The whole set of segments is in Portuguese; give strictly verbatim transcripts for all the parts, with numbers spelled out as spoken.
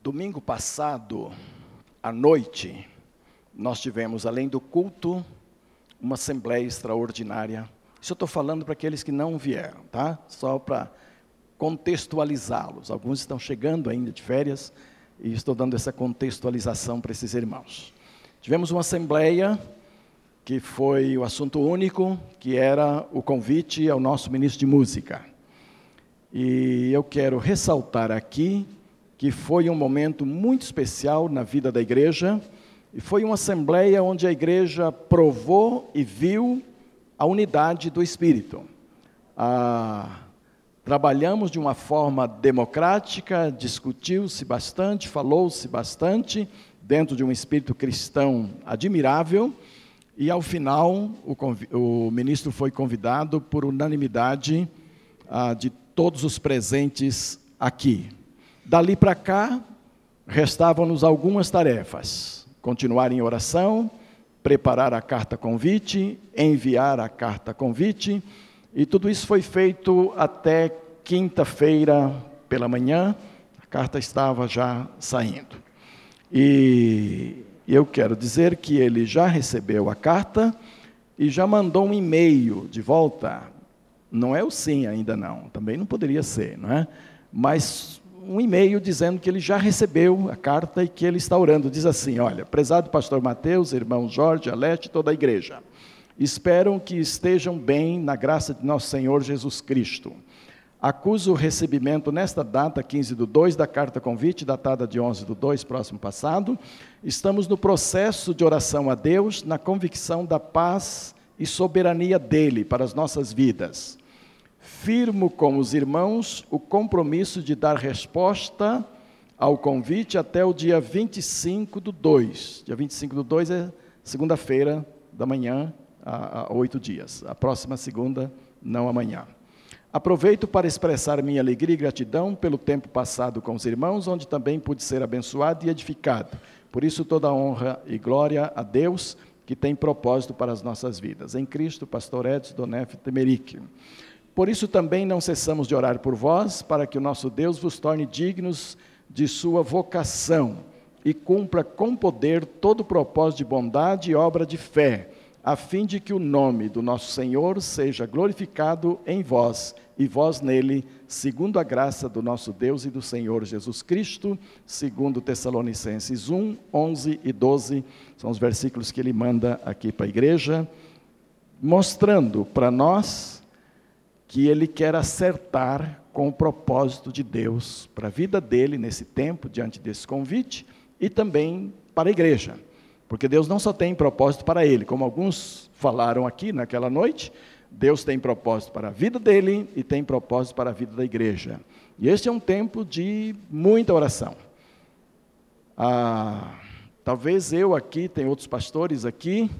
Domingo passado, à noite, nós tivemos, além do culto, uma assembleia extraordinária. Isso eu estou falando para aqueles que não vieram, tá? Só para contextualizá-los. Alguns estão chegando ainda de férias e estou dando essa contextualização para esses irmãos. Tivemos uma assembleia que foi o assunto único, que era o convite ao nosso ministro de música. E eu quero ressaltar aqui que foi um momento muito especial na vida da igreja, e foi uma assembleia onde a igreja provou e viu a unidade do Espírito. Ah, trabalhamos de uma forma democrática, discutiu-se bastante, falou-se bastante, dentro de um espírito cristão admirável, e ao final o, o ministro foi convidado por unanimidade ah, de todos os presentes aqui. Dali para cá, restavam-nos algumas tarefas: continuar em oração, preparar a carta convite, enviar a carta convite, e tudo isso foi feito até quinta-feira pela manhã. A carta estava já saindo. E eu quero dizer que ele já recebeu a carta e já mandou um e-mail de volta. Não é o sim ainda não, também não poderia ser, não é? Mas um e-mail dizendo que ele já recebeu a carta e que ele está orando. Diz assim: olha, prezado pastor Mateus, irmão Jorge, Alete, toda a igreja, espero que estejam bem na graça de nosso Senhor Jesus Cristo. Acuso o recebimento nesta data, quinze do dois, da carta convite, datada de onze do dois, próximo passado. Estamos no processo de oração a Deus, na convicção da paz e soberania dEle para as nossas vidas. Firmo com os irmãos o compromisso de dar resposta ao convite até o dia vinte e cinco do dois. Dia vinte e cinco do dois é segunda-feira da manhã, há oito dias. A próxima segunda, não amanhã. Aproveito para expressar minha alegria e gratidão pelo tempo passado com os irmãos, onde também pude ser abençoado e edificado. Por isso, toda honra e glória a Deus, que tem propósito para as nossas vidas. Em Cristo, pastor Edson Donef Temeric. Por isso também não cessamos de orar por vós, para que o nosso Deus vos torne dignos de sua vocação e cumpra com poder todo o propósito de bondade e obra de fé, a fim de que o nome do nosso Senhor seja glorificado em vós e vós nele, segundo a graça do nosso Deus e do Senhor Jesus Cristo, segundo Tessalonicenses um, onze e doze, são os versículos que ele manda aqui para a igreja, mostrando para nós que ele quer acertar com o propósito de Deus para a vida dele nesse tempo, diante desse convite, e também para a igreja. Porque Deus não só tem propósito para ele, como alguns falaram aqui naquela noite, Deus tem propósito para a vida dele e tem propósito para a vida da igreja. E este é um tempo de muita oração. Ah, talvez eu aqui, tem outros pastores aqui,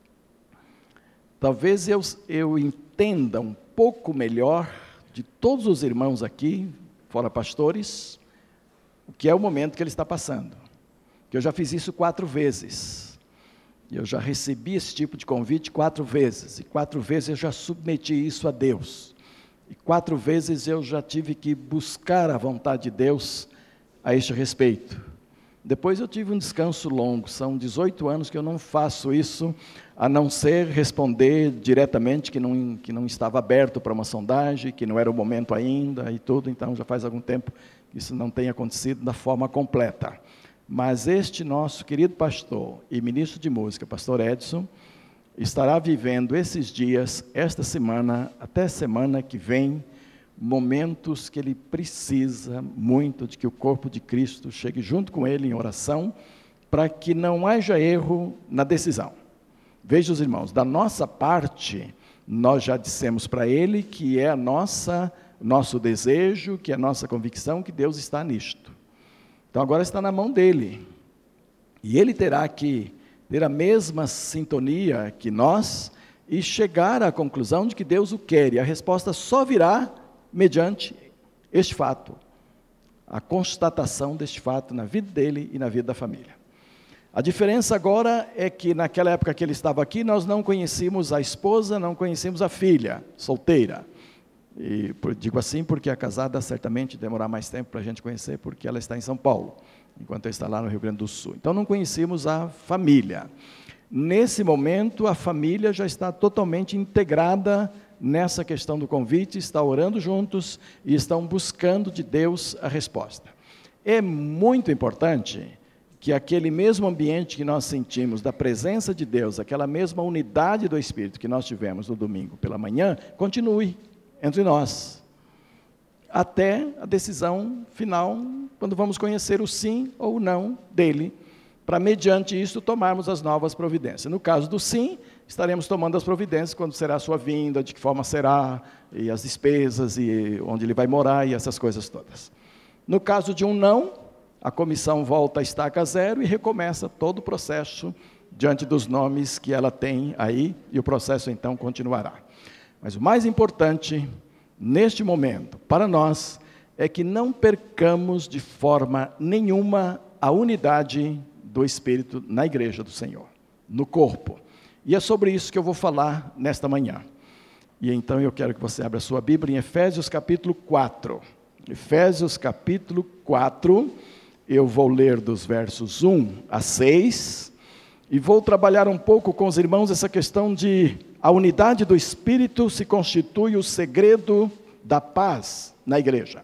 talvez eu, eu entenda um pouco melhor de todos os irmãos aqui, fora pastores, o que é o momento que ele está passando. Que eu já fiz isso quatro vezes. Eu já recebi esse tipo de convite quatro vezes. E quatro vezes eu já submeti isso a Deus. E quatro vezes eu já tive que buscar a vontade de Deus a este respeito. Depois eu tive um descanso longo. São dezoito anos que eu não faço isso, a não ser responder diretamente que não, que não estava aberto para uma sondagem, que não era o momento ainda e tudo. Então já faz algum tempo que isso não tem acontecido da forma completa. Mas este nosso querido pastor e ministro de música, pastor Edson, estará vivendo esses dias, esta semana, até semana que vem, momentos que ele precisa muito de que o corpo de Cristo chegue junto com ele em oração, para que não haja erro na decisão. Veja os irmãos, da nossa parte, nós já dissemos para ele que é a nossa, nosso desejo, que é a nossa convicção, que Deus está nisto. Então agora está na mão dele, e ele terá que ter a mesma sintonia que nós, e chegar à conclusão de que Deus o quer, e a resposta só virá mediante este fato, a constatação deste fato na vida dele e na vida da família. A diferença agora é que naquela época que ele estava aqui, nós não conhecíamos a esposa, não conhecíamos a filha, solteira. E por, digo assim porque a casada certamente demorar mais tempo para a gente conhecer, porque ela está em São Paulo, enquanto eu estou lá no Rio Grande do Sul. Então não conhecíamos a família. Nesse momento, a família já está totalmente integrada nessa questão do convite, está orando juntos e estão buscando de Deus a resposta. É muito importante que aquele mesmo ambiente que nós sentimos da presença de Deus, aquela mesma unidade do Espírito que nós tivemos no domingo pela manhã, continue entre nós, até a decisão final, quando vamos conhecer o sim ou o não dele, para, mediante isso, tomarmos as novas providências. No caso do sim, estaremos tomando as providências, quando será a sua vinda, de que forma será, e as despesas, e onde ele vai morar, e essas coisas todas. No caso de um não, a comissão volta a estaca zero e recomeça todo o processo, diante dos nomes que ela tem aí, e o processo então continuará. Mas o mais importante, neste momento, para nós, é que não percamos de forma nenhuma a unidade do Espírito na igreja do Senhor, no corpo. E é sobre isso que eu vou falar nesta manhã. E então eu quero que você abra a sua Bíblia em Efésios capítulo quatro. Efésios capítulo quatro, eu vou ler dos versos um a seis, e vou trabalhar um pouco com os irmãos essa questão de a unidade do Espírito se constitui o segredo da paz na igreja.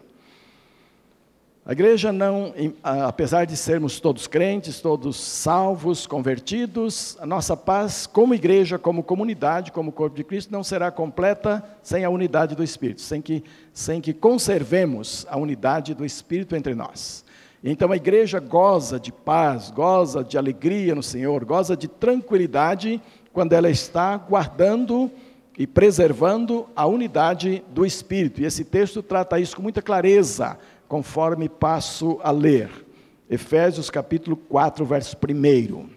A igreja não, apesar de sermos todos crentes, todos salvos, convertidos, a nossa paz como igreja, como comunidade, como corpo de Cristo, não será completa sem a unidade do Espírito, sem que, sem que conservemos a unidade do Espírito entre nós. Então a igreja goza de paz, goza de alegria no Senhor, goza de tranquilidade, quando ela está guardando e preservando a unidade do Espírito. E esse texto trata isso com muita clareza, conforme passo a ler. Efésios capítulo quatro, verso um.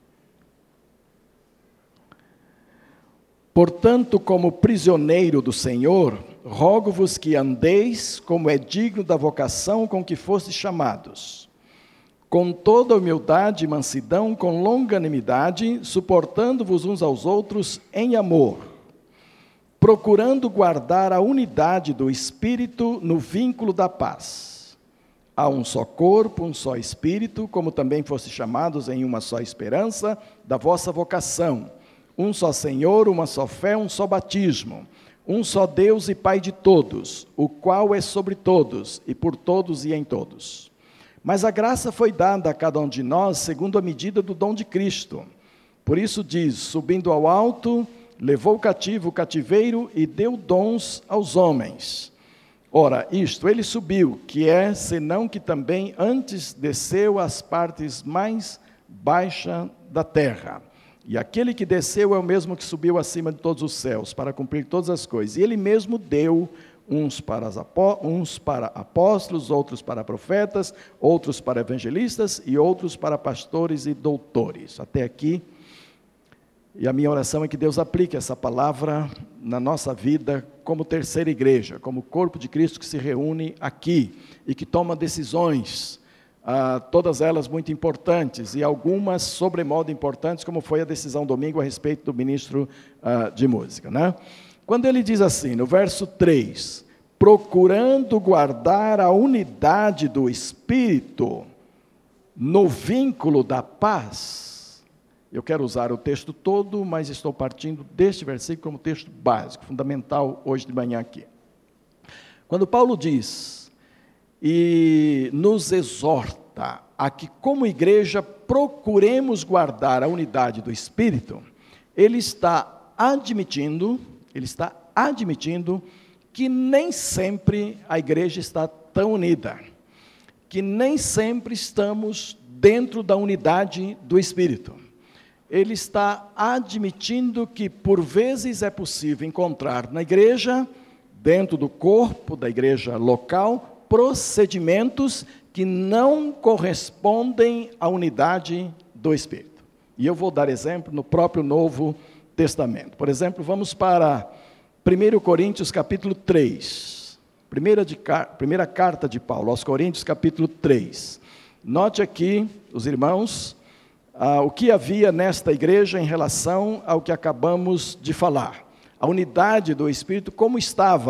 Portanto, como prisioneiro do Senhor, rogo-vos que andeis como é digno da vocação com que fostes chamados, com toda humildade e mansidão, com longanimidade, suportando-vos uns aos outros em amor, procurando guardar a unidade do Espírito no vínculo da paz. Há um só corpo, um só Espírito, como também fostes chamados em uma só esperança da vossa vocação, um só Senhor, uma só fé, um só batismo, um só Deus e Pai de todos, o qual é sobre todos, e por todos e em todos. Mas a graça foi dada a cada um de nós, segundo a medida do dom de Cristo. Por isso diz, subindo ao alto, levou cativo o cativeiro e deu dons aos homens. Ora, isto, ele subiu, que é, senão que também antes desceu às partes mais baixas da terra. E aquele que desceu é o mesmo que subiu acima de todos os céus, para cumprir todas as coisas. E ele mesmo deu uns para, as apó- uns para apóstolos, outros para profetas, outros para evangelistas e outros para pastores e doutores. Até aqui. E a minha oração é que Deus aplique essa palavra na nossa vida como terceira igreja, como corpo de Cristo que se reúne aqui e que toma decisões, ah, todas elas muito importantes e algumas sobremodo importantes, como foi a decisão domingo a respeito do ministro ah, de música, né? Quando ele diz assim, no verso três, procurando guardar a unidade do Espírito no vínculo da paz. Eu quero usar o texto todo, mas estou partindo deste versículo como texto básico, fundamental hoje de manhã aqui. Quando Paulo diz, e nos exorta a que como igreja procuremos guardar a unidade do Espírito, ele está admitindo, ele está admitindo que nem sempre a igreja está tão unida, que nem sempre estamos dentro da unidade do Espírito. Ele está admitindo que, por vezes, é possível encontrar na igreja, dentro do corpo da igreja local, procedimentos que não correspondem à unidade do Espírito. E eu vou dar exemplo no próprio Novo Testamento. Por exemplo, vamos para primeira Coríntios capítulo três. Primeira, de, primeira carta de Paulo aos Coríntios capítulo três. Note aqui, os irmãos, Ah, o que havia nesta igreja em relação ao que acabamos de falar. A unidade do Espírito, como estava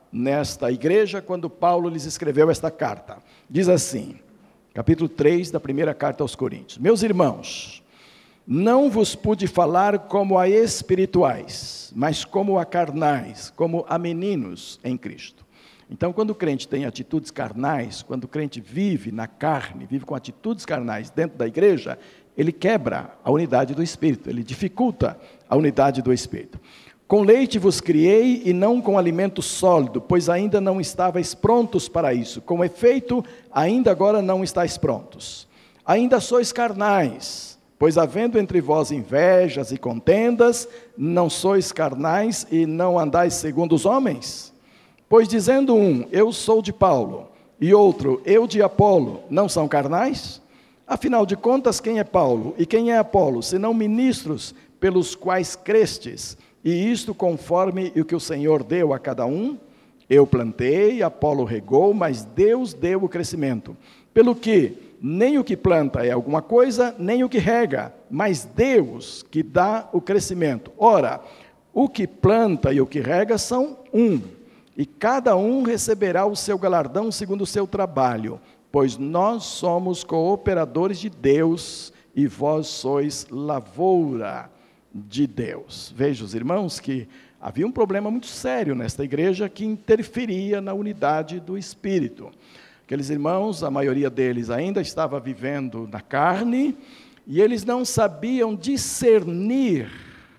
nesta igreja quando Paulo lhes escreveu esta carta. Diz assim, capítulo três da primeira carta aos Coríntios: meus irmãos, não vos pude falar como a espirituais, mas como a carnais, como a meninos em Cristo. Então, quando o crente tem atitudes carnais, quando o crente vive na carne, vive com atitudes carnais dentro da igreja, ele quebra a unidade do Espírito, ele dificulta a unidade do Espírito. Com leite vos criei e não com alimento sólido, pois ainda não estáveis prontos para isso. Com efeito, ainda agora não estáis prontos. Ainda sois carnais, pois havendo entre vós invejas e contendas, não sois carnais e não andais segundo os homens? Pois dizendo um, eu sou de Paulo, e outro, eu de Apolo, não são carnais? Afinal de contas, quem é Paulo e quem é Apolo, senão ministros pelos quais crestes, e isto conforme o que o Senhor deu a cada um? Eu plantei, Apolo regou, mas Deus deu o crescimento. Pelo que nem o que planta é alguma coisa, nem o que rega, mas Deus que dá o crescimento. Ora, o que planta e o que rega são um, e cada um receberá o seu galardão segundo o seu trabalho, pois nós somos cooperadores de Deus, e vós sois lavoura de Deus. Veja, os irmãos, que havia um problema muito sério nesta igreja que interferia na unidade do Espírito. Aqueles irmãos, a maioria deles ainda estava vivendo na carne, e eles não sabiam discernir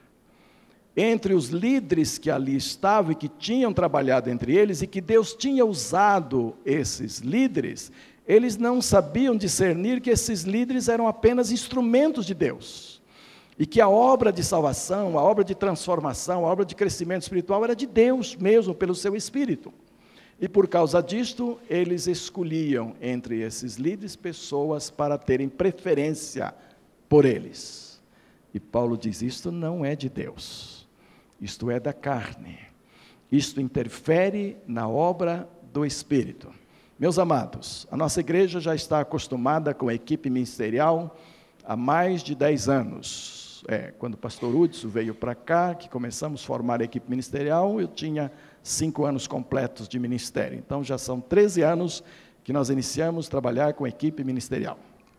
entre os líderes que ali estavam e que tinham trabalhado entre eles, e que Deus tinha usado esses líderes. Eles não sabiam discernir que esses líderes eram apenas instrumentos de Deus, e que a obra de salvação, a obra de transformação, a obra de crescimento espiritual era de Deus mesmo, pelo seu Espírito. E por causa disto, eles escolhiam entre esses líderes pessoas para terem preferência por eles. E Paulo diz, isto não é de Deus, isto é da carne, isto interfere na obra do Espírito. Meus amados, a nossa igreja já está acostumada com a equipe ministerial há mais de dez anos. É, quando o pastor Hudson veio para cá, que começamos a formar a equipe ministerial, eu tinha cinco anos completos de ministério. Então, já são treze anos que nós iniciamos a trabalhar com a equipe ministerial.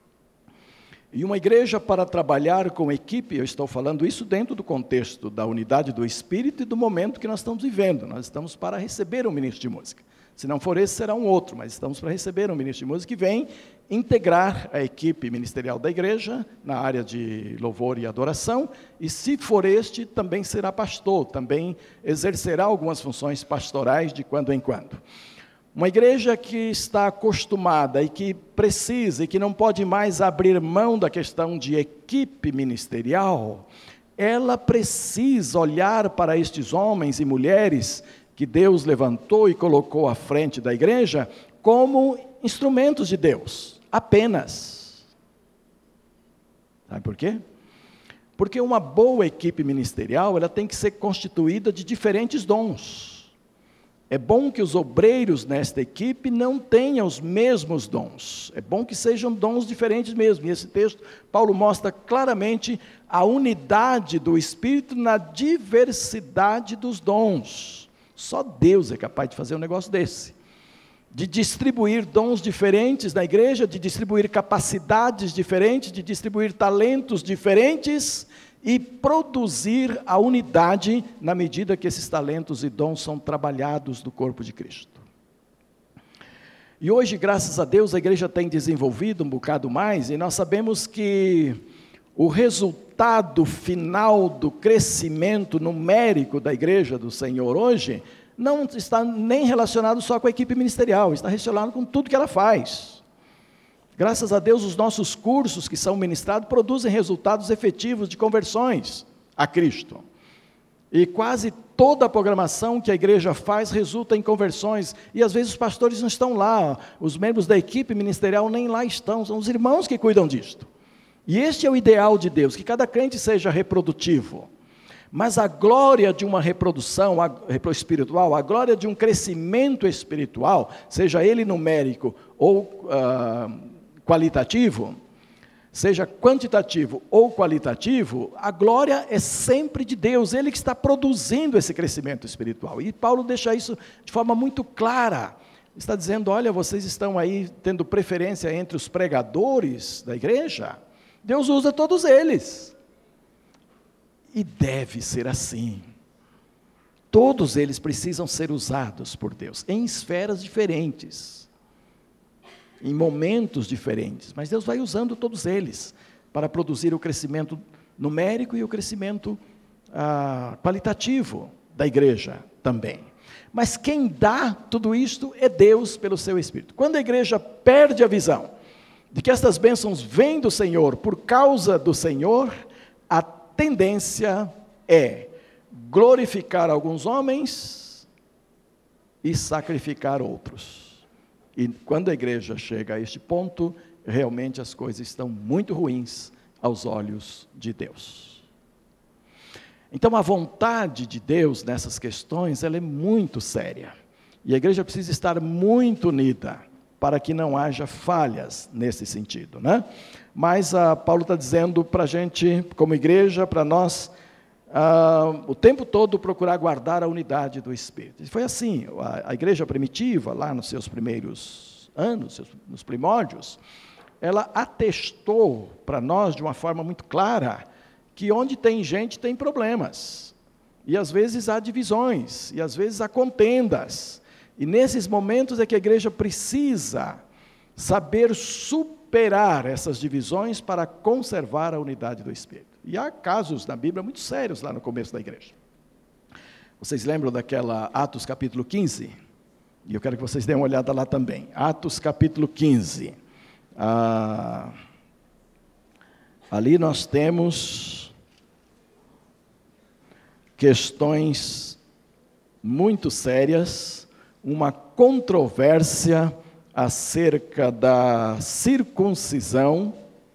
E uma igreja, para trabalhar com equipe, eu estou falando isso dentro do contexto da unidade do Espírito e do momento que nós estamos vivendo. Nós estamos para receber um ministro de música. Se não for esse, será um outro, mas estamos para receber um ministro de música que vem integrar a equipe ministerial da igreja na área de louvor e adoração, e se for este, também será pastor, também exercerá algumas funções pastorais de quando em quando. Uma igreja que está acostumada e que precisa e que não pode mais abrir mão da questão de equipe ministerial, ela precisa olhar para estes homens e mulheres que Deus levantou e colocou à frente da igreja como instrumentos de Deus, apenas. Sabe por quê? Porque uma boa equipe ministerial, ela tem que ser constituída de diferentes dons. É bom que os obreiros nesta equipe não tenham os mesmos dons. É bom que sejam dons diferentes mesmo. E esse texto, Paulo mostra claramente a unidade do Espírito na diversidade dos dons. Só Deus é capaz de fazer um negócio desse. De distribuir dons diferentes na igreja, de distribuir capacidades diferentes, de distribuir talentos diferentes e produzir a unidade na medida que esses talentos e dons são trabalhados no corpo de Cristo. E hoje, graças a Deus, a igreja tem desenvolvido um bocado mais, e nós sabemos que o resultado final do crescimento numérico da igreja do Senhor hoje não está nem relacionado só com a equipe ministerial, está relacionado com tudo que ela faz. Graças a Deus, os nossos cursos que são ministrados produzem resultados efetivos de conversões a Cristo. E quase toda a programação que a igreja faz resulta em conversões. E às vezes os pastores não estão lá, os membros da equipe ministerial nem lá estão, são os irmãos que cuidam disto. E este é o ideal de Deus, que cada crente seja reprodutivo. Mas a glória de uma reprodução a, espiritual, a glória de um crescimento espiritual, seja ele numérico ou uh, qualitativo, seja quantitativo ou qualitativo, a glória é sempre de Deus, Ele que está produzindo esse crescimento espiritual. E Paulo deixa isso de forma muito clara. Está dizendo, olha, vocês estão aí tendo preferência entre os pregadores da igreja, Deus usa todos eles. E deve ser assim. Todos eles precisam ser usados por Deus, em esferas diferentes, em momentos diferentes, mas Deus vai usando todos eles, para produzir o crescimento numérico e o crescimento ah, qualitativo da igreja também. Mas quem dá tudo isto é Deus pelo seu Espírito. Quando a igreja perde a visão de que estas bênçãos vêm do Senhor, por causa do Senhor, a tendência é glorificar alguns homens e sacrificar outros. E quando a igreja chega a este ponto, realmente as coisas estão muito ruins aos olhos de Deus. Então a vontade de Deus nessas questões, ela é muito séria. E a igreja precisa estar muito unida, para que não haja falhas nesse sentido, né? Mas ah, Paulo está dizendo para a gente, como igreja, para nós, ah, o tempo todo procurar guardar a unidade do Espírito. E foi assim, a, a igreja primitiva, lá nos seus primeiros anos, seus, nos primórdios, ela atestou para nós, de uma forma muito clara, que onde tem gente tem problemas, e às vezes há divisões, e às vezes há contendas, e nesses momentos é que a igreja precisa saber superar essas divisões para conservar a unidade do Espírito. E há casos na Bíblia muito sérios lá no começo da igreja. Vocês lembram daquela Atos capítulo quinze? E eu quero que vocês deem uma olhada lá também. Atos capítulo quinze. Ah, ali nós temos questões muito sérias, uma controvérsia acerca da circuncisão.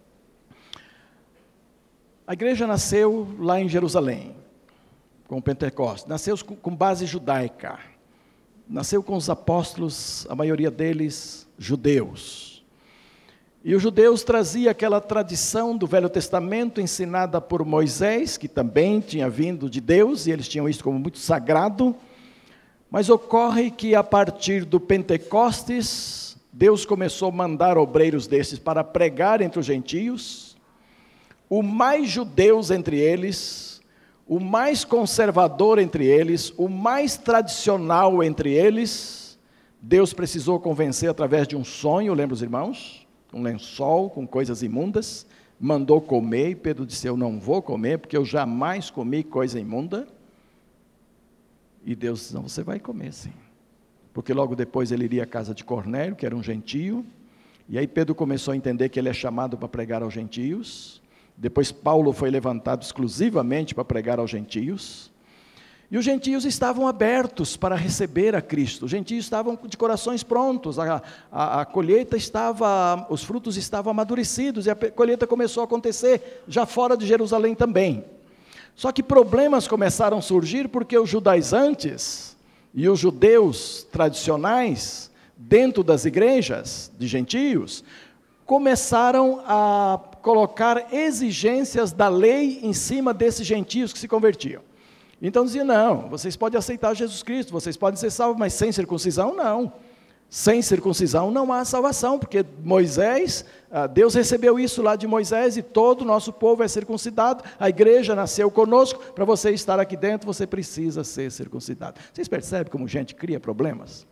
A igreja nasceu lá em Jerusalém, com o Pentecostes, nasceu com base judaica, nasceu com os apóstolos, a maioria deles judeus. E os judeus traziam aquela tradição do Velho Testamento ensinada por Moisés, que também tinha vindo de Deus, e eles tinham isso como muito sagrado. Mas ocorre que a partir do Pentecostes, Deus começou a mandar obreiros desses para pregar entre os gentios, o mais judeus entre eles, o mais conservador entre eles, o mais tradicional entre eles. Deus precisou convencer através de um sonho, lembra os irmãos? Um lençol com coisas imundas, mandou comer, e Pedro disse, eu não vou comer, porque eu jamais comi coisa imunda. E Deus disse, não, você vai comer sim. Porque logo depois ele iria à casa de Cornélio, que era um gentio, e aí Pedro começou a entender que ele é chamado para pregar aos gentios. Depois Paulo foi levantado exclusivamente para pregar aos gentios, e os gentios estavam abertos para receber a Cristo, os gentios estavam de corações prontos, a, a, a colheita estava, os frutos estavam amadurecidos, e a colheita começou a acontecer, já fora de Jerusalém também. Só que problemas começaram a surgir, porque os judaizantes e os judeus tradicionais, dentro das igrejas de gentios, começaram a colocar exigências da lei em cima desses gentios que se convertiam. Então diziam, não, vocês podem aceitar Jesus Cristo, vocês podem ser salvos, mas sem circuncisão não. Sem circuncisão não há salvação, porque Moisés, Deus recebeu isso lá de Moisés, e todo o nosso povo é circuncidado, a igreja nasceu conosco, para você estar aqui dentro, você precisa ser circuncidado. Vocês percebem como gente cria problemas?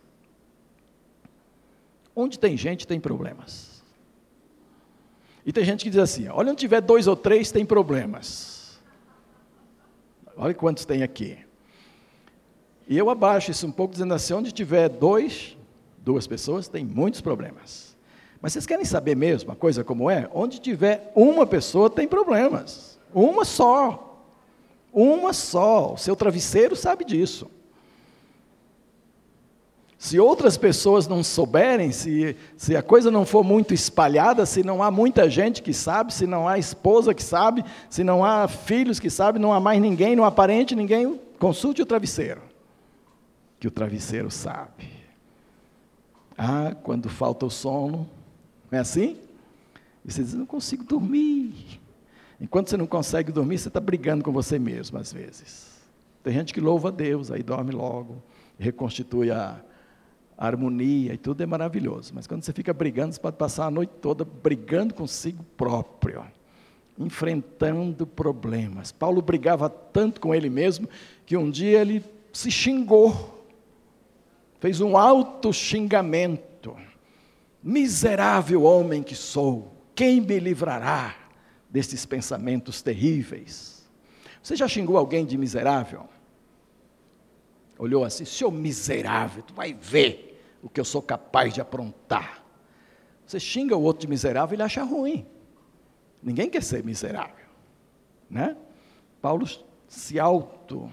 Onde tem gente, tem problemas. E tem gente que diz assim, olha, onde tiver dois ou três, tem problemas. Olha quantos tem aqui. E eu abaixo isso um pouco, dizendo assim, onde tiver dois, duas pessoas, tem muitos problemas. Mas vocês querem saber mesmo a coisa como é? Onde tiver uma pessoa, tem problemas. Uma só. Uma só. O seu travesseiro sabe disso. Se outras pessoas não souberem, se, se a coisa não for muito espalhada, se não há muita gente que sabe, se não há esposa que sabe, se não há filhos que sabem, não há mais ninguém, não há parente, ninguém, consulte o travesseiro, que o travesseiro sabe. Ah, quando falta o sono, não é assim? E você diz, não consigo dormir. Enquanto você não consegue dormir, você está brigando com você mesmo, às vezes. Tem gente que louva a Deus, aí dorme logo, reconstitui a, a harmonia, e tudo é maravilhoso. Mas quando você fica brigando, você pode passar a noite toda brigando consigo próprio, enfrentando problemas. Paulo brigava tanto com ele mesmo, que um dia ele se xingou, fez um alto xingamento. Miserável homem que sou, quem me livrará desses pensamentos terríveis? Você já xingou alguém de miserável? Olhou assim, seu miserável, tu vai ver o que eu sou capaz de aprontar. Você xinga o outro de miserável, ele acha ruim. Ninguém quer ser miserável, né? Paulo se auto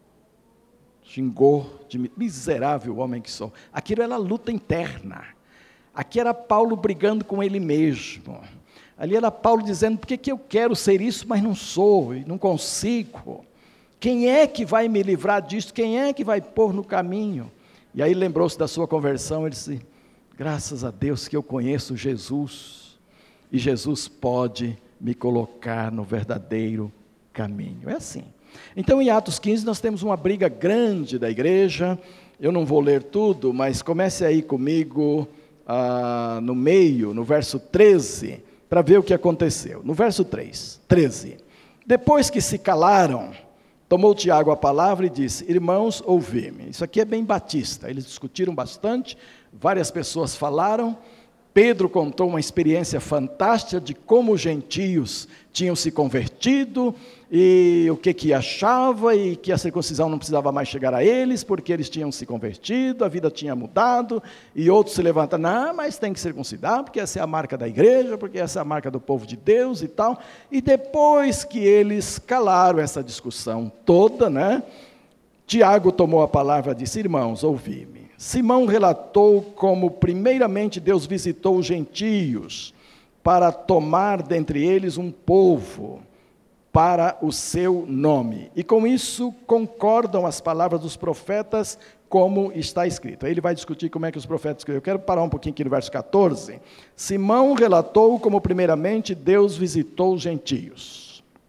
xingou de miserável homem que sou. Aquilo era luta interna. Aqui era Paulo brigando com ele mesmo. Ali era Paulo dizendo, por que que eu quero ser isso, mas não sou, e não consigo? Quem é que vai me livrar disso? Quem é que vai pôr no caminho? E aí lembrou-se da sua conversão, ele disse, graças a Deus que eu conheço Jesus, e Jesus pode me colocar no verdadeiro caminho. É assim. Então, em Atos quinze, nós temos uma briga grande da igreja. Eu não vou ler tudo, mas comece aí comigo, ah, no meio, no verso treze, para ver o que aconteceu. No verso três, treze. Depois que se calaram, tomou Tiago a palavra e disse, irmãos, ouvi-me. Isso aqui é bem batista, eles discutiram bastante, várias pessoas falaram. Pedro contou uma experiência fantástica de como os gentios tinham se convertido, e o que que achava, e que a circuncisão não precisava mais chegar a eles, porque eles tinham se convertido, a vida tinha mudado, e outros se levantam, não, mas tem que circuncidar, porque essa é a marca da igreja, porque essa é a marca do povo de Deus e tal. E depois que eles calaram essa discussão toda, né, Tiago tomou a palavra e disse, irmãos, ouvi-me. Simão relatou como primeiramente Deus visitou os gentios para tomar dentre eles um povo para o seu nome. E com isso concordam as palavras dos profetas como está escrito. Aí ele vai discutir como é que os profetas escreveram. Eu quero parar um pouquinho aqui no verso catorze. Simão relatou como primeiramente Deus visitou os gentios.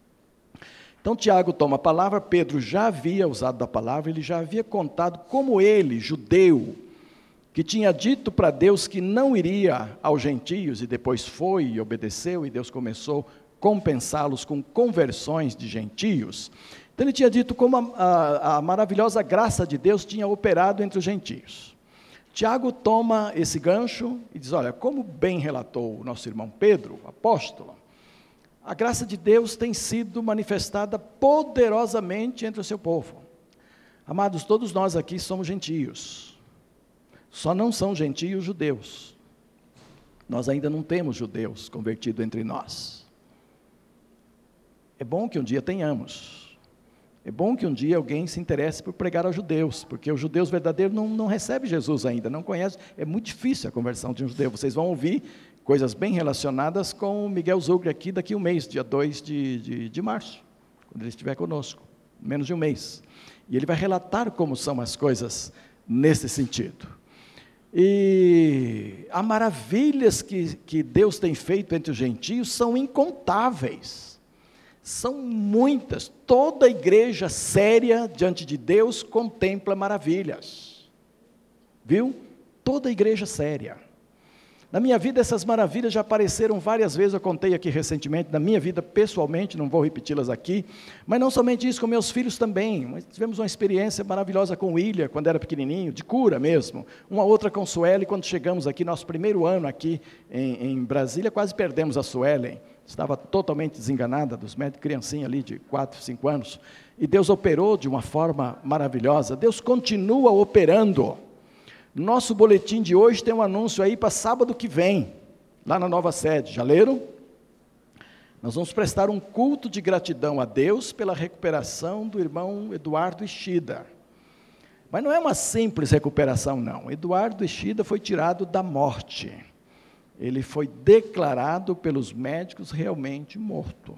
Então, Tiago toma a palavra, Pedro já havia usado da palavra, ele já havia contado como ele, judeu, que tinha dito para Deus que não iria aos gentios, e depois foi e obedeceu, e Deus começou a compensá-los com conversões de gentios. Então, ele tinha dito como a, a, a maravilhosa graça de Deus tinha operado entre os gentios. Tiago toma esse gancho e diz, olha, como bem relatou o nosso irmão Pedro, apóstolo, a graça de Deus tem sido manifestada poderosamente entre o seu povo. Amados, todos nós aqui somos gentios. Só não são gentios judeus. Nós ainda não temos judeus convertidos entre nós. É bom que um dia tenhamos. É bom que um dia alguém se interesse por pregar aos judeus, porque os judeus verdadeiros não, não recebem Jesus ainda, não conhecem. É muito difícil a conversão de um judeu. Vocês vão ouvir coisas bem relacionadas com o Miguel Zugre aqui daqui a um mês, dia dois de, de, de março, quando ele estiver conosco, menos de um mês. E ele vai relatar como são as coisas nesse sentido. E as maravilhas que, que Deus tem feito entre os gentios são incontáveis. São muitas. Toda igreja séria diante de Deus contempla maravilhas. Viu? Toda igreja séria. Na minha vida, essas maravilhas já apareceram várias vezes, eu contei aqui recentemente, na minha vida pessoalmente, não vou repeti-las aqui, mas não somente isso, com meus filhos também. Mas tivemos uma experiência maravilhosa com o William, quando era pequenininho, de cura mesmo. Uma outra com Suelen, quando chegamos aqui, nosso primeiro ano aqui em, em Brasília, quase perdemos a Suelen. Estava totalmente desenganada dos médicos, criancinha ali de quatro, cinco anos. E Deus operou de uma forma maravilhosa. Deus continua operando. Nosso boletim de hoje tem um anúncio aí para sábado que vem, lá na nova sede. Já leram? Nós vamos prestar um culto de gratidão a Deus pela recuperação do irmão Eduardo Ishida. Mas não é uma simples recuperação, não. Eduardo Ishida foi tirado da morte. Ele foi declarado pelos médicos realmente morto.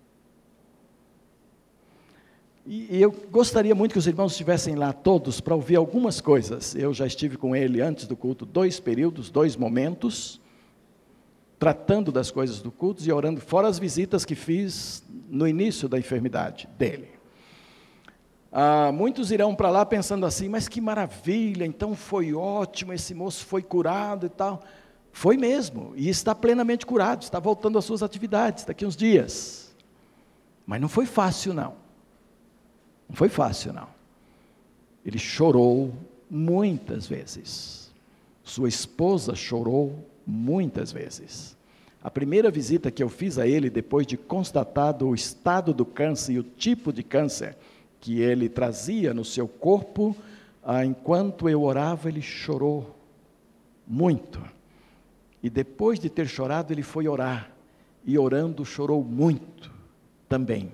E eu gostaria muito que os irmãos estivessem lá todos para ouvir algumas coisas. Eu já estive com ele antes do culto, dois períodos, dois momentos. tratando das coisas do culto e orando, fora as visitas que fiz no início da enfermidade dele. Ah, muitos irão para lá pensando assim, mas que maravilha, então foi ótimo, esse moço foi curado e tal. Foi mesmo, e está plenamente curado, está voltando às suas atividades daqui a uns dias. Mas não foi fácil não, não foi fácil não. Ele chorou muitas vezes, sua esposa chorou muitas vezes. A primeira visita que eu fiz a ele, depois de constatado o estado do câncer e o tipo de câncer que ele trazia no seu corpo, ah, enquanto eu orava, ele chorou muito. E depois de ter chorado, ele foi orar. E orando, chorou muito também.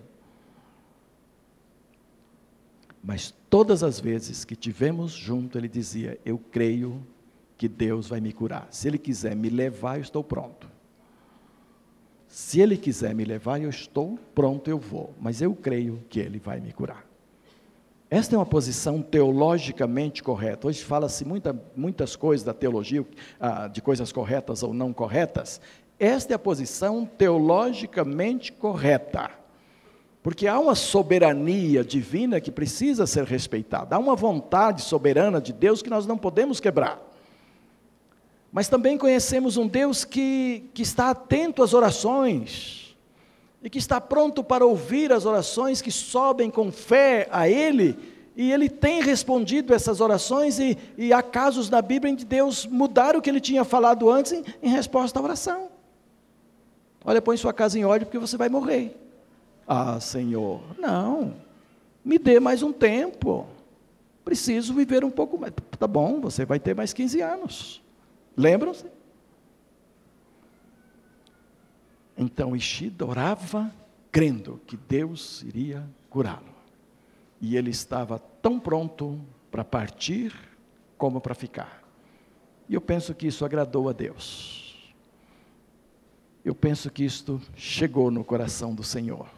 Mas todas as vezes que tivemos junto, ele dizia, eu creio que Deus vai me curar. Se Ele quiser me levar, eu estou pronto. Se Ele quiser me levar, eu estou pronto, eu vou. Mas eu creio que Ele vai me curar. Esta é uma posição teologicamente correta. Hoje fala-se muita, muitas coisas da teologia, ah, de coisas corretas ou não corretas. Esta é a posição teologicamente correta. Porque há uma soberania divina que precisa ser respeitada. Há uma vontade soberana de Deus que nós não podemos quebrar. Mas também conhecemos um Deus que, que está atento às orações, e que está pronto para ouvir as orações que sobem com fé a Ele, e Ele tem respondido essas orações, e, e há casos na Bíblia em que Deus mudar o que Ele tinha falado antes em, em resposta à oração. Olha, põe sua casa em ordem porque você vai morrer. Ah, Senhor, não, me dê mais um tempo, preciso viver um pouco mais. Tá bom, você vai ter mais quinze anos, lembram-se? Então Ishida orava, crendo que Deus iria curá-lo. E ele estava tão pronto para partir, como para ficar. E eu penso que isso agradou a Deus. Eu penso que isto chegou no coração do Senhor.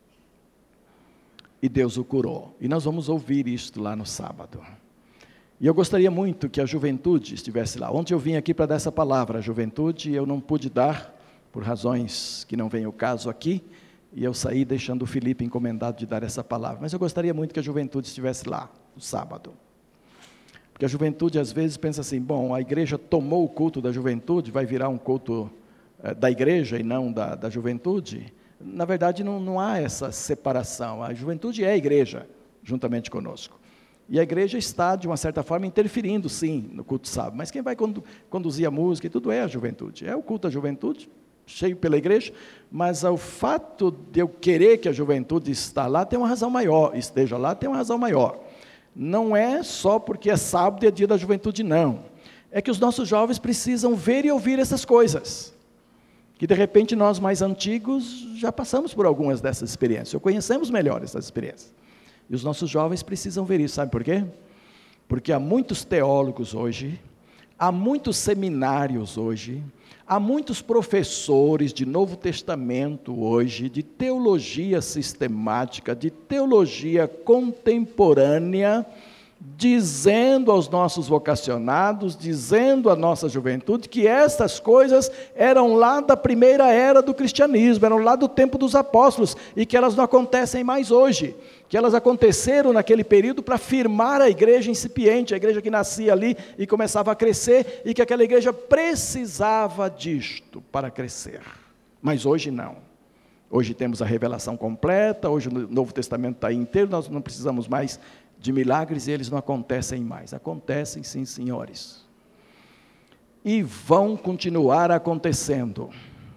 E Deus o curou. E nós vamos ouvir isto lá no sábado. E eu gostaria muito que a juventude estivesse lá. Ontem eu vim aqui para dar essa palavra à juventude, e eu não pude dar, por razões que não vem o caso aqui, e eu saí deixando o Felipe encomendado de dar essa palavra. Mas eu gostaria muito que a juventude estivesse lá, no sábado. Porque a juventude às vezes pensa assim, bom, a igreja tomou o culto da juventude, vai virar um culto eh, da igreja e não da, da juventude. Na verdade não, não há essa separação, a juventude é a igreja, juntamente conosco. E a igreja está, de uma certa forma, interferindo sim, no culto sábado. Mas quem vai condu- conduzir a música e tudo é a juventude, é o culto da juventude, cheio pela igreja, mas o fato de eu querer que a juventude está lá, tem uma razão maior, esteja lá, tem uma razão maior. Não é só porque é sábado e é dia da juventude, não. É que os nossos jovens precisam ver e ouvir essas coisas. Que de repente nós mais antigos já passamos por algumas dessas experiências, ou conhecemos melhor essas experiências. E os nossos jovens precisam ver isso, sabe por quê? Porque há muitos teólogos hoje, há muitos seminários hoje, há muitos professores de Novo Testamento hoje, de teologia sistemática, de teologia contemporânea, dizendo aos nossos vocacionados, dizendo à nossa juventude, que essas coisas eram lá da primeira era do cristianismo, eram lá do tempo dos apóstolos, e que elas não acontecem mais hoje, que elas aconteceram naquele período para firmar a igreja incipiente, a igreja que nascia ali e começava a crescer, e que aquela igreja precisava disto para crescer. Mas hoje não. Hoje temos a revelação completa, hoje o Novo Testamento está aí inteiro, nós não precisamos mais de milagres, e eles não acontecem mais. Acontecem sim, senhores. E vão continuar acontecendo.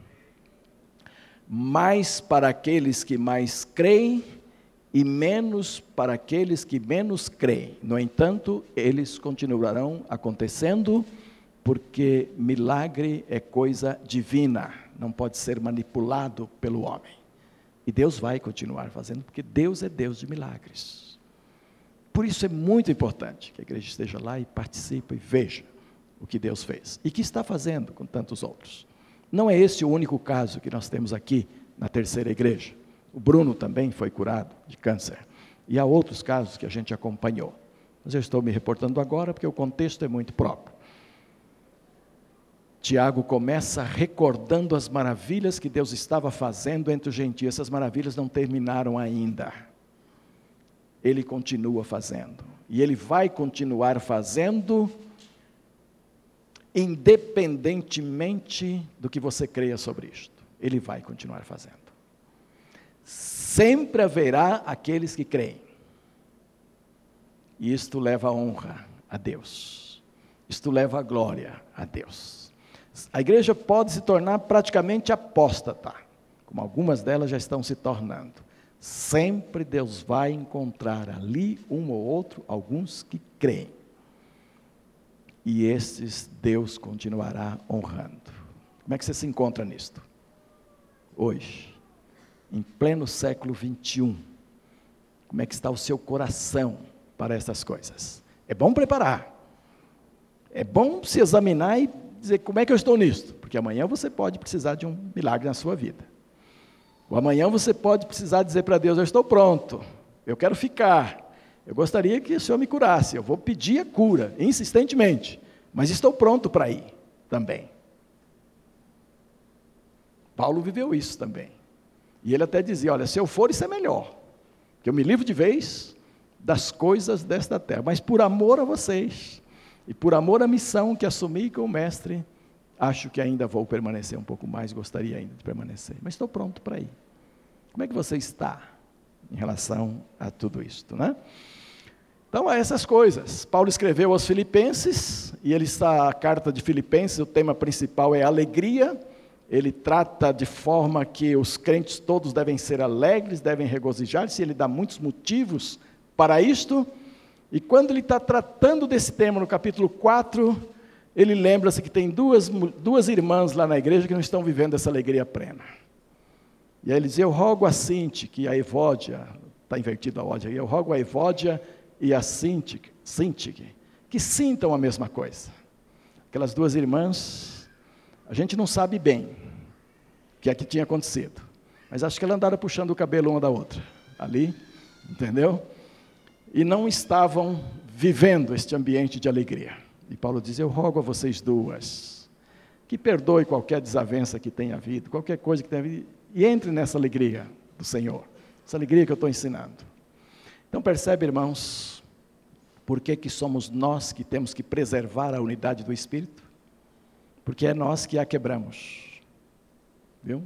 Mais para aqueles que mais creem, e menos para aqueles que menos creem. No entanto, eles continuarão acontecendo, porque milagre é coisa divina, não pode ser manipulado pelo homem. E Deus vai continuar fazendo, porque Deus é Deus de milagres. Por isso é muito importante que a igreja esteja lá e participe e veja o que Deus fez. E que está fazendo com tantos outros. Não é esse o único caso que nós temos aqui na terceira igreja. O Bruno também foi curado de câncer. E há outros casos que a gente acompanhou. Mas eu estou me reportando agora porque o contexto é muito próprio. Tiago começa recordando as maravilhas que Deus estava fazendo entre os gentios. Essas maravilhas não terminaram ainda. Ele continua fazendo. E Ele vai continuar fazendo, independentemente do que você creia sobre isto. Ele vai continuar fazendo. Sempre haverá aqueles que creem. E isto leva a honra a Deus. Isto leva a glória a Deus. A igreja pode se tornar praticamente apóstata, como algumas delas já estão se tornando. Sempre Deus vai encontrar ali um ou outro, alguns que creem. E estes Deus continuará honrando. Como é que você se encontra nisto? Hoje, em pleno século vinte e um, como é que está o seu coração para essas coisas? É bom preparar. É bom se examinar e dizer, como é que eu estou nisto? Porque amanhã você pode precisar de um milagre na sua vida. Ou amanhã você pode precisar dizer para Deus, eu estou pronto, eu quero ficar, eu gostaria que o Senhor me curasse, eu vou pedir a cura, insistentemente, mas estou pronto para ir também. Paulo viveu isso também. E ele até dizia, olha, se eu for, isso é melhor, que eu me livro de vez das coisas desta terra, mas por amor a vocês, e por amor à missão que assumi com o mestre, acho que ainda vou permanecer um pouco mais, gostaria ainda de permanecer, mas estou pronto para ir. Como é que você está em relação a tudo isto, né? Então, é essas coisas. Paulo escreveu aos Filipenses, e ele está, a carta de Filipenses, o tema principal é alegria. Ele trata de forma que os crentes todos devem ser alegres, devem regozijar-se, ele dá muitos motivos para isto. E quando ele está tratando desse tema no capítulo quatro, ele lembra-se que tem duas, duas irmãs lá na igreja que não estão vivendo essa alegria plena. E aí ele diz, eu rogo a Sintique, que a Evódia, está invertido a ódia, eu rogo a Evódia e a Sintique, Sintique, que sintam a mesma coisa. Aquelas duas irmãs, a gente não sabe bem o que é que tinha acontecido, mas acho que elas andaram puxando o cabelo uma da outra, ali, entendeu? E não estavam vivendo este ambiente de alegria. E Paulo diz, eu rogo a vocês duas, que perdoe qualquer desavença que tenha havido, qualquer coisa que tenha havido, e entre nessa alegria do Senhor, essa alegria que eu estou ensinando. Então percebe, irmãos, por que que somos nós que temos que preservar a unidade do Espírito? Porque é nós que a quebramos, viu?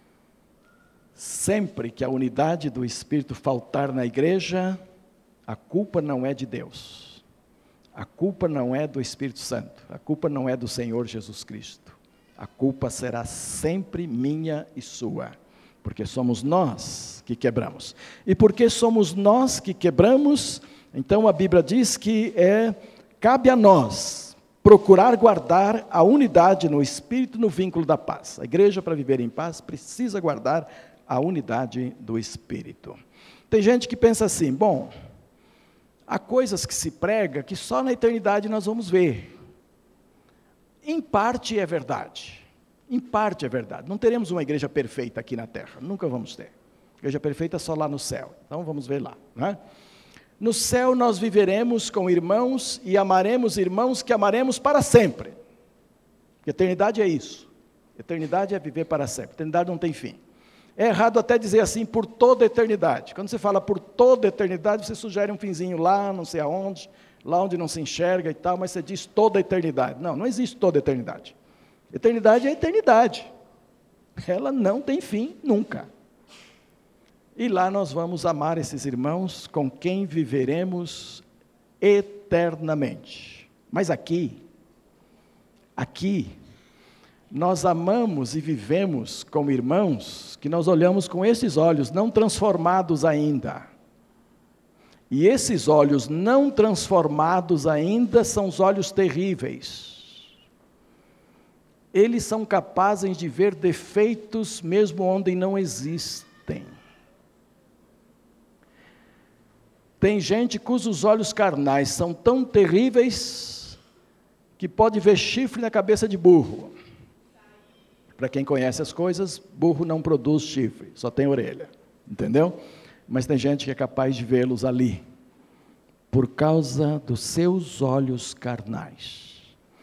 Sempre que a unidade do Espírito faltar na igreja, a culpa não é de Deus, a culpa não é do Espírito Santo, a culpa não é do Senhor Jesus Cristo, a culpa será sempre minha e sua, porque somos nós que quebramos. E porque somos nós que quebramos, então a Bíblia diz que é, cabe a nós procurar guardar a unidade no Espírito, no vínculo da paz. A igreja, para viver em paz, precisa guardar a unidade do Espírito. Tem gente que pensa assim, bom, há coisas que se prega que só na eternidade nós vamos ver. Em parte é verdade. Em parte é verdade. Não teremos uma igreja perfeita aqui na terra. Nunca vamos ter. Igreja perfeita só lá no céu. Então vamos ver lá, né? No céu nós viveremos com irmãos e amaremos irmãos que amaremos para sempre. Eternidade é isso. Eternidade é viver para sempre. Eternidade não tem fim. É errado até dizer assim, por toda a eternidade. Quando você fala por toda a eternidade, você sugere um finzinho lá, não sei aonde, lá onde não se enxerga e tal, mas você diz toda a eternidade. Não, não existe toda a eternidade. Eternidade é eternidade. Ela não tem fim, nunca. E lá nós vamos amar esses irmãos com quem viveremos eternamente. Mas aqui, aqui, nós amamos e vivemos como irmãos que nós olhamos com esses olhos não transformados ainda. E esses olhos não transformados ainda são os olhos terríveis. Eles são capazes de ver defeitos mesmo onde não existem. Tem gente cujos olhos carnais são tão terríveis que pode ver chifre na cabeça de burro. Para quem conhece as coisas, burro não produz chifre, só tem orelha, entendeu? Mas tem gente que é capaz de vê-los ali, por causa dos seus olhos carnais.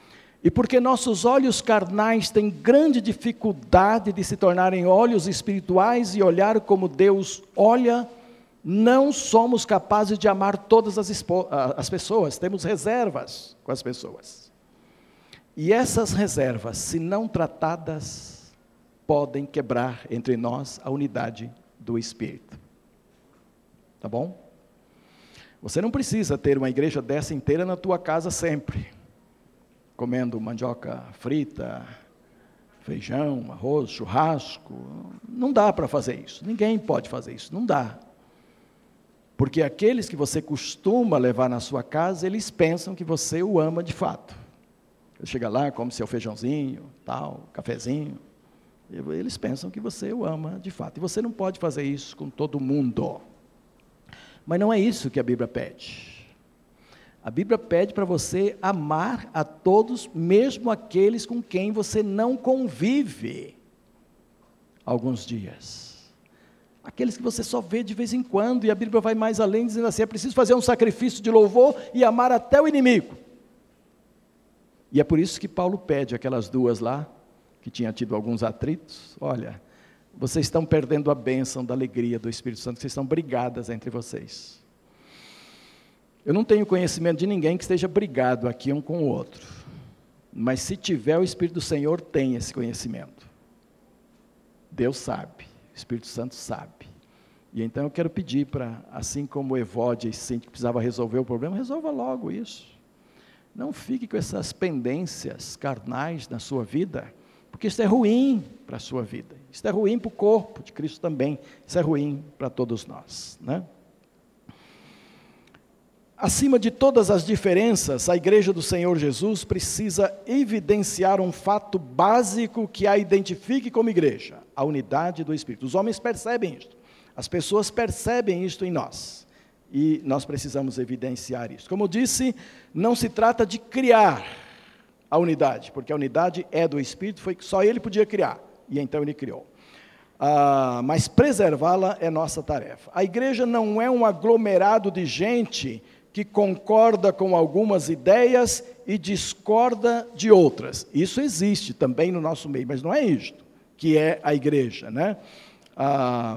E porque nossos olhos carnais têm grande dificuldade de se tornarem olhos espirituais e olhar como Deus olha, não somos capazes de amar todas as, as pessoas, temos reservas com as pessoas. E essas reservas, se não tratadas, podem quebrar entre nós a unidade do Espírito. Tá bom? Você não precisa ter uma igreja dessa inteira na tua casa sempre, comendo mandioca frita, feijão, arroz, churrasco. Não dá para fazer isso, ninguém pode fazer isso, não dá. Porque aqueles que você costuma levar na sua casa, eles pensam que você o ama de fato. Ele chega lá, come seu feijãozinho, tal, cafezinho, eles pensam que você o ama de fato. E você não pode fazer isso com todo mundo. Mas não é isso que a Bíblia pede. A Bíblia pede para você amar a todos, mesmo aqueles com quem você não convive alguns dias. Aqueles que você só vê de vez em quando, e a Bíblia vai mais além, dizendo assim, é preciso fazer um sacrifício de louvor e amar até o inimigo. E é por isso que Paulo pede aquelas duas lá, que tinham tido alguns atritos, olha, vocês estão perdendo a bênção da alegria do Espírito Santo, vocês estão brigadas entre vocês. Eu não tenho conhecimento de ninguém que esteja brigado aqui um com o outro, mas se tiver, o Espírito do Senhor tem esse conhecimento. Deus sabe, o Espírito Santo sabe. E então eu quero pedir para, assim como o Evódia sente que precisava resolver o problema, resolva logo isso. Não fique com essas pendências carnais na sua vida, porque isso é ruim para a sua vida, isso é ruim para o corpo de Cristo também, isso é ruim para todos nós, né? Acima de todas as diferenças, a igreja do Senhor Jesus precisa evidenciar um fato básico que a identifique como igreja, a unidade do Espírito. Os homens percebem isto, as pessoas percebem isto em nós, e nós precisamos evidenciar isso. Como eu disse, não se trata de criar a unidade, porque a unidade é do Espírito, foi que só Ele podia criar, e então Ele criou. Ah, mas preservá-la é nossa tarefa. A igreja não é um aglomerado de gente que concorda com algumas ideias e discorda de outras. Isso existe também no nosso meio, mas não é isto que é a igreja, né? Ah,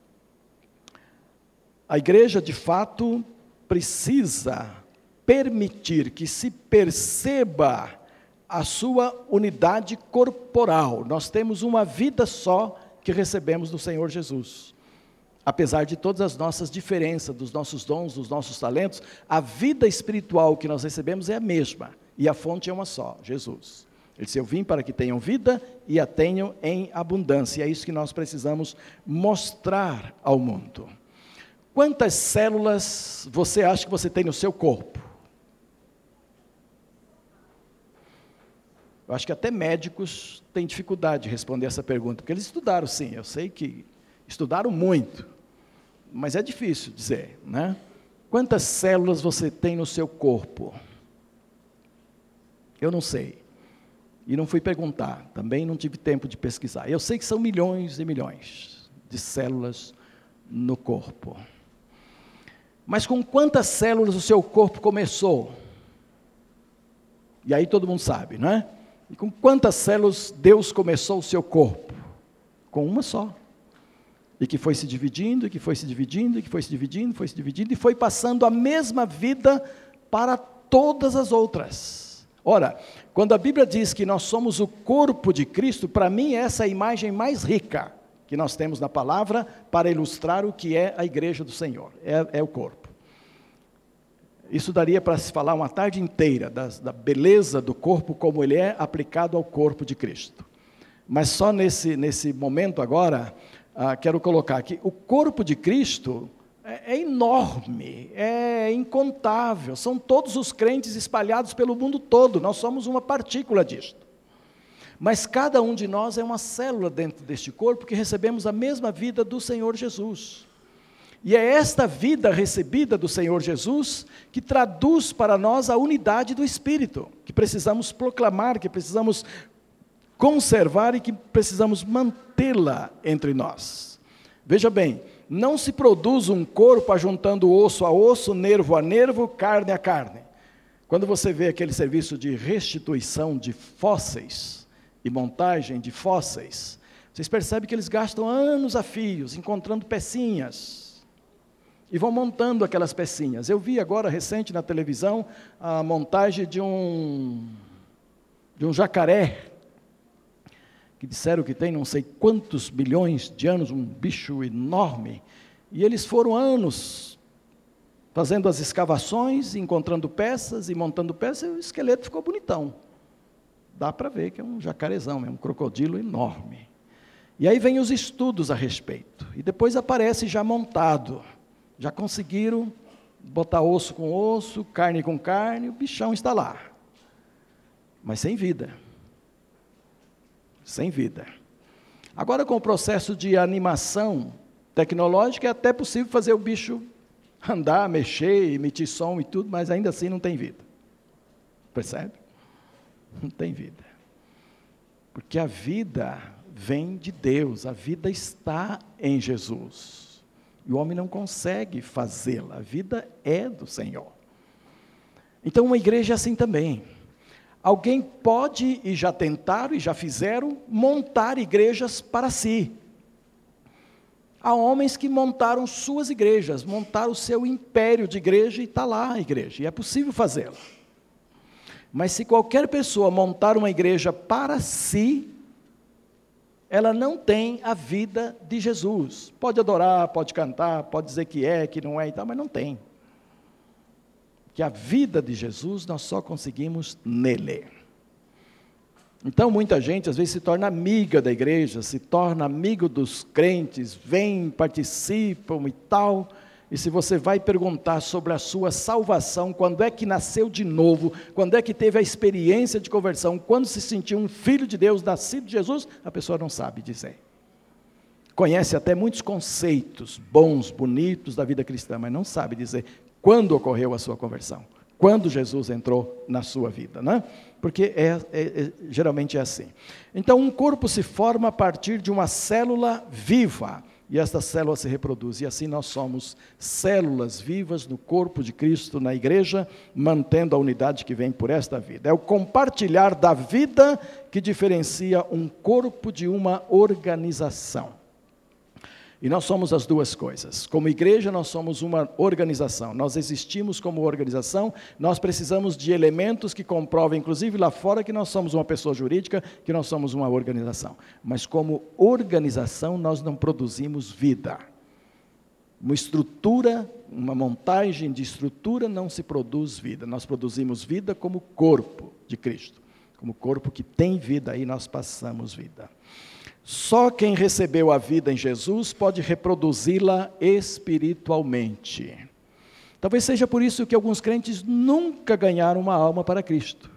a igreja, de fato, precisa permitir que se perceba a sua unidade corporal. Nós temos uma vida só que recebemos do Senhor Jesus. Apesar de todas as nossas diferenças, dos nossos dons, dos nossos talentos, a vida espiritual que nós recebemos é a mesma, e a fonte é uma só, Jesus. Ele disse, eu vim para que tenham vida e a tenham em abundância, e é isso que nós precisamos mostrar ao mundo. Quantas células você acha que você tem no seu corpo? Eu acho que até médicos têm dificuldade de responder essa pergunta, porque eles estudaram sim, eu sei que estudaram muito, mas é difícil dizer, né? Quantas células você tem no seu corpo? Eu não sei, e não fui perguntar, também não tive tempo de pesquisar. Eu sei que são milhões e milhões de células no corpo. Mas com quantas células o seu corpo começou? E aí todo mundo sabe, não é? E com quantas células Deus começou o seu corpo? Com uma só. E que foi se dividindo, e que foi se dividindo, e que foi se dividindo, foi se dividindo, e foi passando a mesma vida para todas as outras. Ora, quando a Bíblia diz que nós somos o corpo de Cristo, para mim essa é a imagem mais rica que nós temos na palavra para ilustrar o que é a igreja do Senhor, é, é o corpo. Isso daria para se falar uma tarde inteira da, da beleza do corpo como ele é aplicado ao corpo de Cristo. Mas só nesse, nesse momento agora, ah, quero colocar aqui, o corpo de Cristo é, é enorme, é incontável, são todos os crentes espalhados pelo mundo todo, nós somos uma partícula disto. Mas cada um de nós é uma célula dentro deste corpo que recebemos a mesma vida do Senhor Jesus. E é esta vida recebida do Senhor Jesus que traduz para nós a unidade do Espírito, que precisamos proclamar, que precisamos conservar e que precisamos mantê-la entre nós. Veja bem, não se produz um corpo ajuntando osso a osso, nervo a nervo, carne a carne. Quando você vê aquele serviço de restituição de fósseis e montagem de fósseis, vocês percebem que eles gastam anos a fios, encontrando pecinhas, e vão montando aquelas pecinhas. Eu vi agora, recente, na televisão, a montagem de um, de um jacaré, que disseram que tem não sei quantos milhões de anos, um bicho enorme, e eles foram anos fazendo as escavações, encontrando peças e montando peças, e o esqueleto ficou bonitão. Dá para ver que é um jacarezão, é um crocodilo enorme. E aí vem os estudos a respeito, e depois aparece já montado, já conseguiram botar osso com osso, carne com carne, o bichão está lá, mas sem vida. Sem vida. Agora, com o processo de animação tecnológica, é até possível fazer o bicho andar, mexer, emitir som e tudo, mas ainda assim não tem vida. Percebe? Não tem vida. Porque a vida vem de Deus, a vida está em Jesus. E o homem não consegue fazê-la, a vida é do Senhor. Então, uma igreja é assim também. Alguém pode, e já tentaram, e já fizeram, montar igrejas para si. Há homens que montaram suas igrejas, montaram o seu império de igreja, e está lá a igreja, e é possível fazê-la. Mas se qualquer pessoa montar uma igreja para si, ela não tem a vida de Jesus. Pode adorar, pode cantar, pode dizer que é, que não é e tal, mas não tem. Que a vida de Jesus nós só conseguimos nele. Então muita gente às vezes se torna amiga da igreja, se torna amigo dos crentes, vem, participam e tal, e se você vai perguntar sobre a sua salvação, quando é que nasceu de novo, quando é que teve a experiência de conversão, quando se sentiu um filho de Deus, nascido de Jesus, a pessoa não sabe dizer. Conhece até muitos conceitos bons, bonitos da vida cristã, mas não sabe dizer quando ocorreu a sua conversão, quando Jesus entrou na sua vida, né? Porque é, é, é, geralmente é assim. Então, um corpo se forma a partir de uma célula viva, e esta célula se reproduz, e assim nós somos células vivas no corpo de Cristo, na igreja, mantendo a unidade que vem por esta vida. É o compartilhar da vida que diferencia um corpo de uma organização. E nós somos as duas coisas. Como igreja, nós somos uma organização. Nós existimos como organização, nós precisamos de elementos que comprovem, inclusive lá fora, que nós somos uma pessoa jurídica, que nós somos uma organização. Mas como organização, nós não produzimos vida. Uma estrutura, uma montagem de estrutura não se produz vida. Nós produzimos vida como corpo de Cristo. Como corpo que tem vida, aí nós passamos vida. Só quem recebeu a vida em Jesus pode reproduzi-la espiritualmente. Talvez seja por isso que alguns crentes nunca ganharam uma alma para Cristo.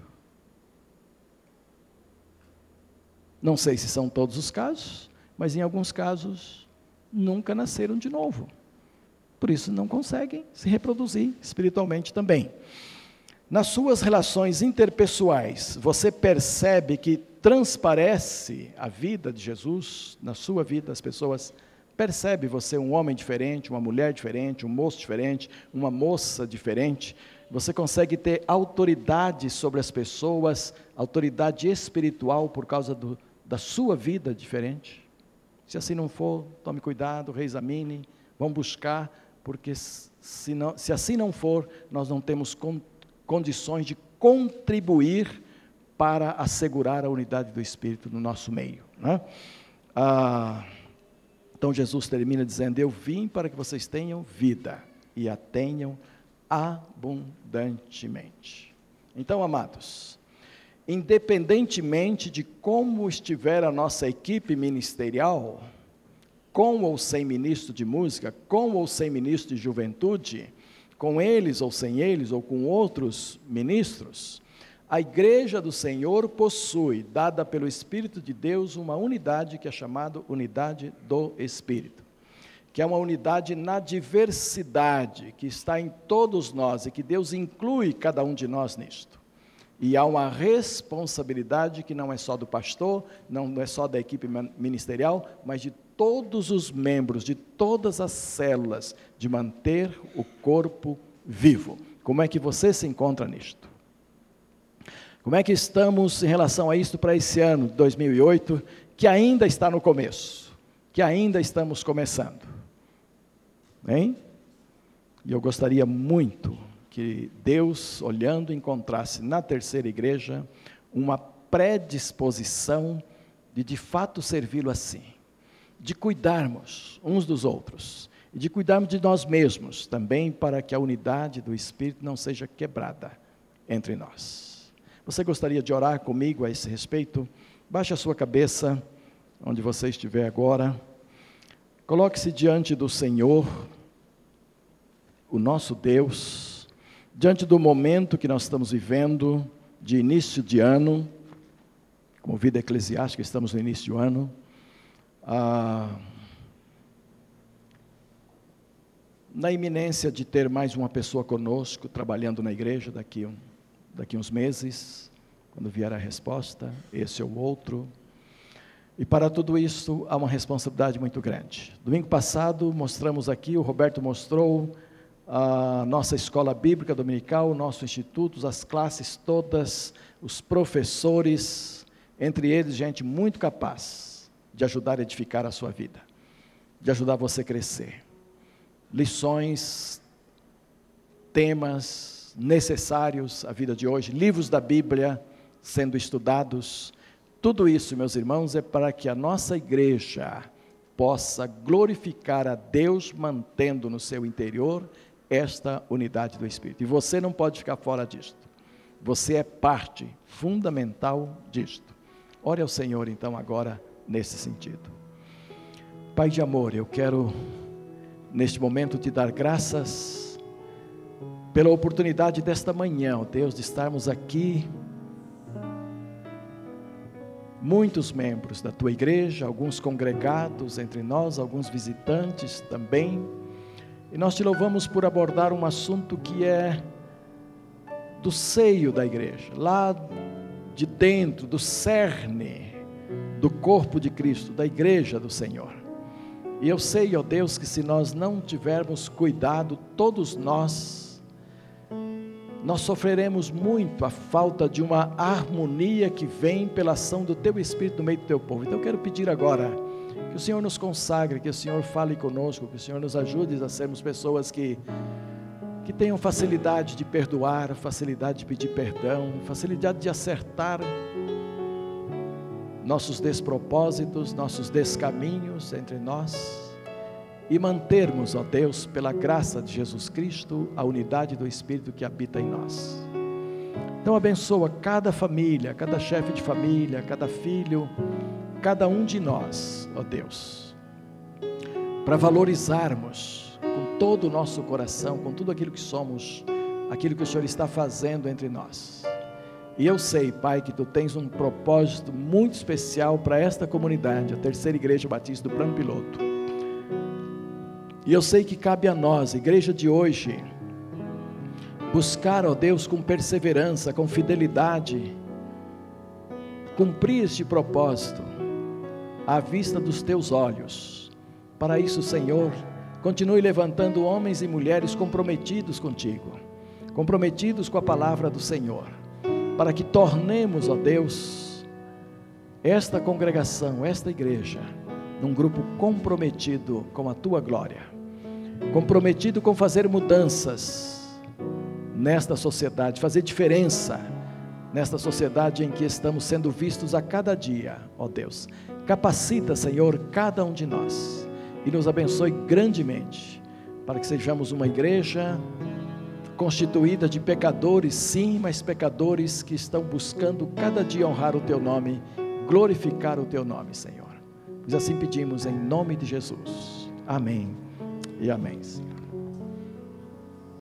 Não sei se são todos os casos, mas em alguns casos nunca nasceram de novo. Por isso não conseguem se reproduzir espiritualmente também. Nas suas relações interpessoais, você percebe que transparece a vida de Jesus na sua vida, as pessoas percebem você um homem diferente, uma mulher diferente, um moço diferente, uma moça diferente, você consegue ter autoridade sobre as pessoas, autoridade espiritual por causa do, da sua vida diferente. Se assim não for, tome cuidado, reexamine, vamos buscar, porque se, não, se assim não for, nós não temos con, condições de contribuir para assegurar a unidade do Espírito no nosso meio, né? Ah, então Jesus termina dizendo, eu vim para que vocês tenham vida, e a tenham abundantemente. Então, amados, independentemente de como estiver a nossa equipe ministerial, com ou sem ministro de música, com ou sem ministro de juventude, com eles ou sem eles, ou com outros ministros, a igreja do Senhor possui, dada pelo Espírito de Deus, uma unidade que é chamada unidade do Espírito, que é uma unidade na diversidade, que está em todos nós, e que Deus inclui cada um de nós nisto. E há uma responsabilidade que não é só do pastor, não é só da equipe ministerial, mas de todos os membros, de todas as células, de manter o corpo vivo. Como é que você se encontra nisto? Como é que estamos em relação a isso para esse ano de dois mil e oito, que ainda está no começo, que ainda estamos começando? Hein? E eu gostaria muito que Deus, olhando, encontrasse na terceira igreja uma predisposição de de fato servi-lo assim, de cuidarmos uns dos outros, e de cuidarmos de nós mesmos também, para que a unidade do Espírito não seja quebrada entre nós. Você gostaria de orar comigo a esse respeito? Baixe a sua cabeça, onde você estiver agora, coloque-se diante do Senhor, o nosso Deus, diante do momento que nós estamos vivendo, de início de ano, como vida eclesiástica, estamos no início do ano, ah, na iminência de ter mais uma pessoa conosco, trabalhando na igreja, daqui, um, daqui uns meses, quando vier a resposta, esse ou outro, e para tudo isso, há uma responsabilidade muito grande. Domingo passado, mostramos aqui, o Roberto mostrou, a nossa escola bíblica dominical, o nosso instituto, as classes todas, os professores, entre eles gente muito capaz de ajudar a edificar a sua vida, de ajudar você a crescer. Lições, temas necessários à vida de hoje, livros da Bíblia sendo estudados, tudo isso, meus irmãos, é para que a nossa igreja possa glorificar a Deus, mantendo no seu interior esta unidade do Espírito. E você não pode ficar fora disto. Você é parte fundamental disto. Ore ao Senhor, então, agora, nesse sentido. Pai de amor, eu quero, neste momento, te dar graças pela oportunidade desta manhã, ó Deus, de estarmos aqui, muitos membros da tua igreja, alguns congregados entre nós, alguns visitantes também, e nós te louvamos por abordar um assunto que é do seio da igreja, lá de dentro, do cerne do corpo de Cristo, da igreja do Senhor. E eu sei, ó Deus, que se nós não tivermos cuidado, todos nós, nós sofreremos muito a falta de uma harmonia que vem pela ação do teu Espírito no meio do teu povo. Então eu quero pedir agora, que o Senhor nos consagre, que o Senhor fale conosco, que o Senhor nos ajude a sermos pessoas que, que tenham facilidade de perdoar, facilidade de pedir perdão, facilidade de acertar nossos despropósitos, nossos descaminhos entre nós, e mantermos, ó Deus, pela graça de Jesus Cristo, a unidade do Espírito que habita em nós. Então abençoa cada família, cada chefe de família, cada filho, cada um de nós, ó Deus, para valorizarmos com todo o nosso coração, com tudo aquilo que somos, aquilo que o Senhor está fazendo entre nós. E eu sei, Pai, que Tu tens um propósito muito especial para esta comunidade, a Terceira Igreja Batista do Plano Piloto. E eu sei que cabe a nós, igreja de hoje, buscar, ó Deus, com perseverança, com fidelidade, cumprir este propósito, à vista dos Teus olhos. Para isso, Senhor, continue levantando homens e mulheres comprometidos contigo, comprometidos com a palavra do Senhor, para que tornemos, ó Deus, esta congregação, esta igreja, num grupo comprometido com a Tua glória, comprometido com fazer mudanças nesta sociedade, fazer diferença nesta sociedade em que estamos sendo vistos a cada dia, ó Deus. Capacita, Senhor, cada um de nós e nos abençoe grandemente, para que sejamos uma igreja constituída de pecadores, sim, mas pecadores que estão buscando cada dia honrar o Teu nome, glorificar o Teu nome, Senhor. Pois assim pedimos em nome de Jesus. Amém e amém, Senhor.